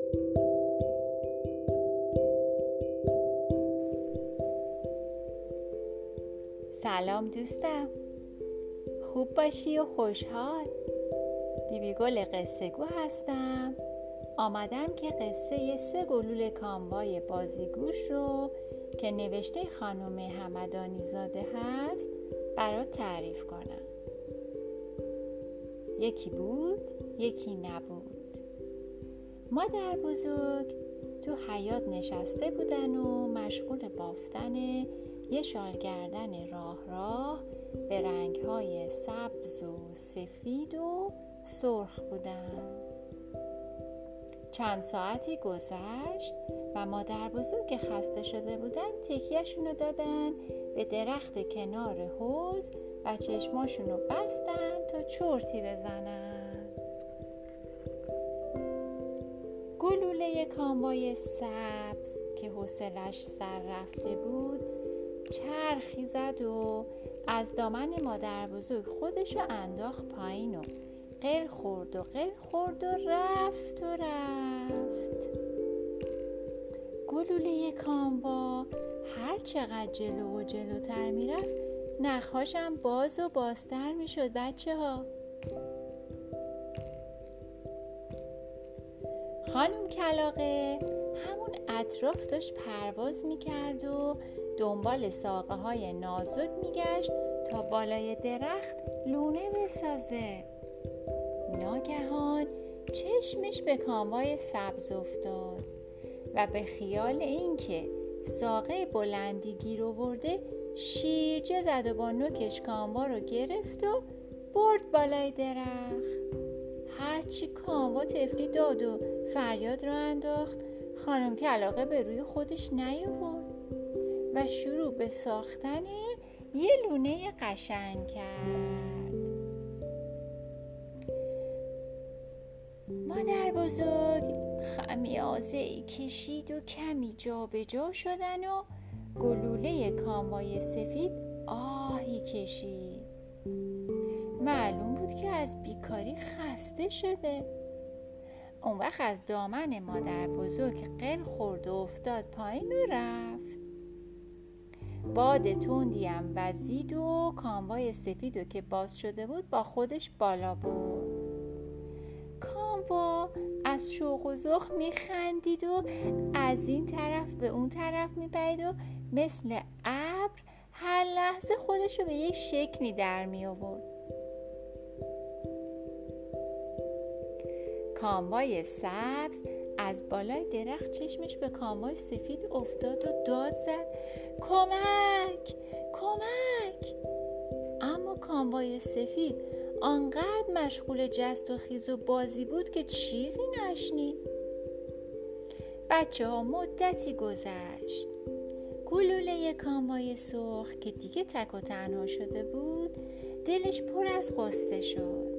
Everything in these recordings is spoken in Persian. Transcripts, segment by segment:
سلام دوستم، خوب باشی و خوشحال. بیبی گل قصه گو هستم. آمدم که قصه 3 گلوله کاموای بازیگوش رو که نوشته خانم همدانی زاده هست برات تعریف کنم. یکی بود، یکی نبود. مادر بزرگ تو حیاط نشسته بودن و مشغول بافتن یه شال گردن راه به رنگ‌های سبز و سفید و سرخ بودن. چند ساعتی گذشت و مادر بزرگ که خسته شده بودن تکیه‌شونو دادن به درخت کنار حوض و چشماشونو بستن تا چرتی بزنن. گلوله کاموای سبز که حوصله‌اش سر رفته بود چرخی زد و از دامن مادر بزرگ خودشو انداخت پایین و قل خورد و رفت. گلوله کاموا هر چقدر جلوتر میرفت نخاشم باز و بازتر میشد. بچه ها، خانم کلاغه همون اطراف داشت پرواز میکرد و دنبال ساقه های نازک میگشت تا بالای درخت لونه بسازه. ناگهان چشمش به کاموای سبز افتاد و به خیال اینکه ساقه بلندی گیر آورده شیرجه زد و با نوکش کاموا رو گرفت و برد بالای درخت. هرچی کاموا طفلی داد و فریاد رو انداخت خانم کلاغه به روی خودش نیاورد و شروع به ساختن یه لونه قشنگ کرد. مادر بزرگ خمیازه‌ای کشید و کمی جا به جا شدن و گلوله کاموای سفید آهی کشید. معلوم بود که از بیکاری خسته شده. اون وقت از دامن مادر بزرگ قل خورد و افتاد پایین و رفت. باد تندی هم وزید و کاموای سفیدو که باز شده بود با خودش بالا برد. کاموا از شوق و ذوق میخندید و از این طرف به اون طرف میپرید و مثل ابر هر لحظه خودشو به یک شکلی در می آورد. کاموای سبز از بالای درخت چشمش به کاموای سفید افتاد و داد زد کمک! اما کاموای سفید آنقدر مشغول جست و خیز و بازی بود که چیزی نشنید. بچه ها مدتی گذشت. گلوله کاموای سرخ که دیگه تک و تنها شده بود دلش پر از غصه شد.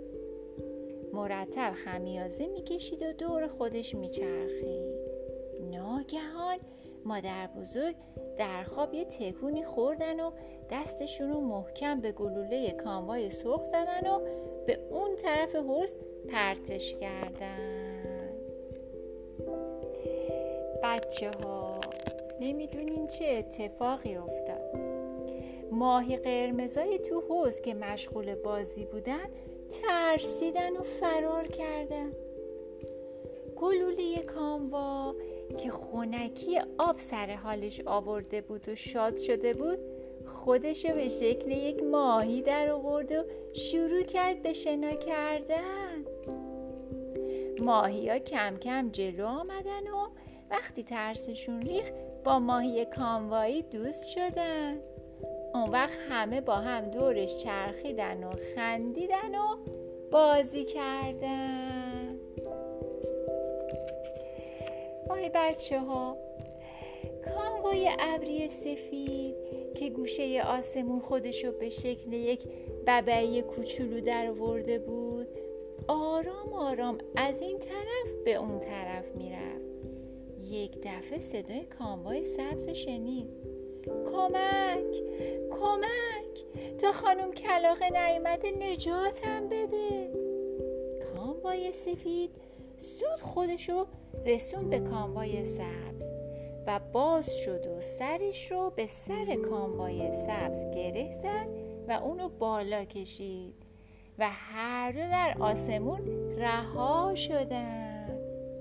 مرتب خمیازه میکشید و دور خودش میچرخید. ناگهان مادر بزرگ در خواب یه تکونی خوردن و دستشون رو محکم به گلوله کاموای سرخ زدن و به اون طرف حوض پرتش کردن. بچه ها نمیدونین چه اتفاقی افتاد. ماهی قرمزای تو حوض که مشغول بازی بودن ترسیدن و فرار کردن. گلوله کاموا که خنکی آب سر حالش آورده بود و شاد شده بود خودشو به شکل یک ماهی در آورد و شروع کرد به شنا کردن. ماهی‌ها کم کم جلو آمدن و وقتی ترسشون ریخت با ماهی کاموایی دوست شدن. اون وقت همه با هم دورش چرخیدن و خندیدن و بازی کردن. وای بچه ها، کاموای ابری سفید که گوشه آسمون خودشو به شکل یک ببعی کوچولو در آورده بود آرام از این طرف به اون طرف میرفت. یک دفعه صدای کاموای سبز شنید. کمک! تا خانم کلاغه نیامده نجاتم بده. کاموای سفید زود خودشو رسوند به کاموای سبز و باز شد و سرش رو به سر کاموای سبز گره زد و اونو بالا کشید و هر دو در آسمون رها شدند.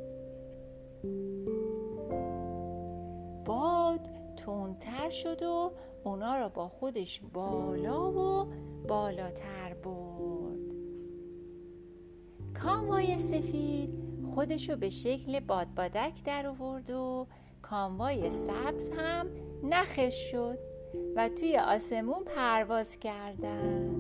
باد تندتر شد و اونا را با خودش بالا و بالاتر برد. کاموای سفید خودشو به شکل بادبادک در آورد و کاموای سبز هم نخش شد و توی آسمون پرواز کردن.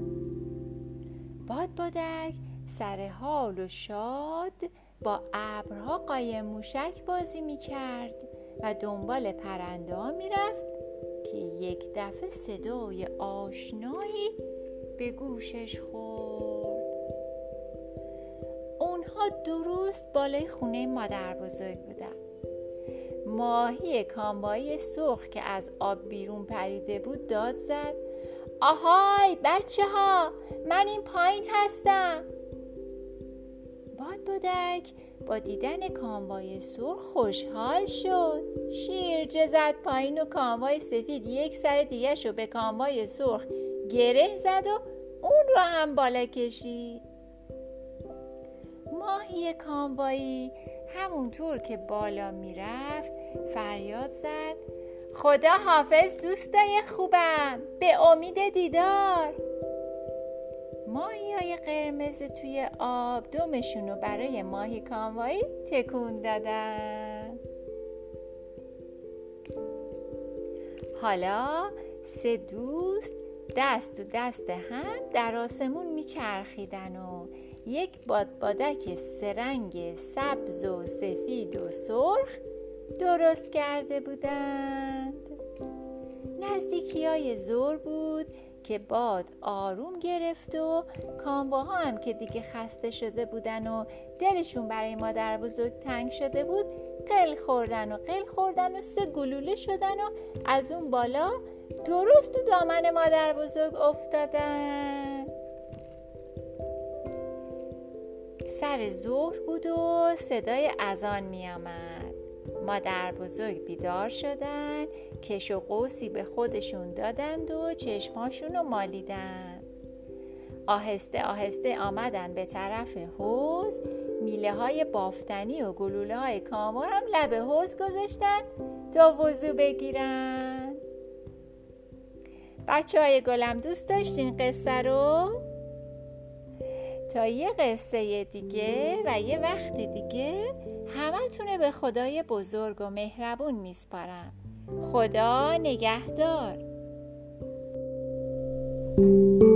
بادبادک سرحال و شاد با ابرها قایم موشک بازی میکرد و دنبال پرنده ها میرفت که یک دفعه صدای آشنایی به گوشش خورد. اونها درست بالای خونه مادر بزرگ بودن. ماهی کاموای سرخ که از آب بیرون پریده بود داد زد: آهای بچه ها، من این پایین هستم. بادبادک با دیدن کاموای سرخ خوشحال شد. شیرجه زد پایین و کاموای سفید یک سر دیگه شو به کاموای سرخ گره زد و اون رو هم بالا کشید. ماهی کاموایی همونطور که بالا میرفت فریاد زد: خدا حافظ دوستای خوبم، به امید دیدار. ماهی‌های قرمز توی آب دمشون رو برای ماهی کاموایی تکون دادن. حالا 3 دوست دست تو دست هم در آسمون میچرخیدن و یک بادبادک سرنگ سبز و سفید و سرخ درست کرده بودند. نزدیکی‌های ظهر بود که باد آروم گرفت و کامباها هم که دیگه خسته شده بودن و دلشون برای مادر بزرگ تنگ شده بود قل خوردن و 3 گلوله شدن و از اون بالا درست تو دامن مادر بزرگ افتادن. سر ظهر بود و صدای اذان می آمد. مادر بزرگ بیدار شدن، کش و قوسی به خودشون دادند و چشماشون رو مالیدن. آهسته آهسته آمدن به طرف حوض. میله های بافتنی و گلوله های کامو هم لب حوض گذاشتن تا وضو بگیرن. بچه های گلم دوست داشتین قصه رو؟ تا یه قصه دیگه و یه وقت دیگه همتونه به خدای بزرگ و مهربون میسپارم. خدا نگهدار.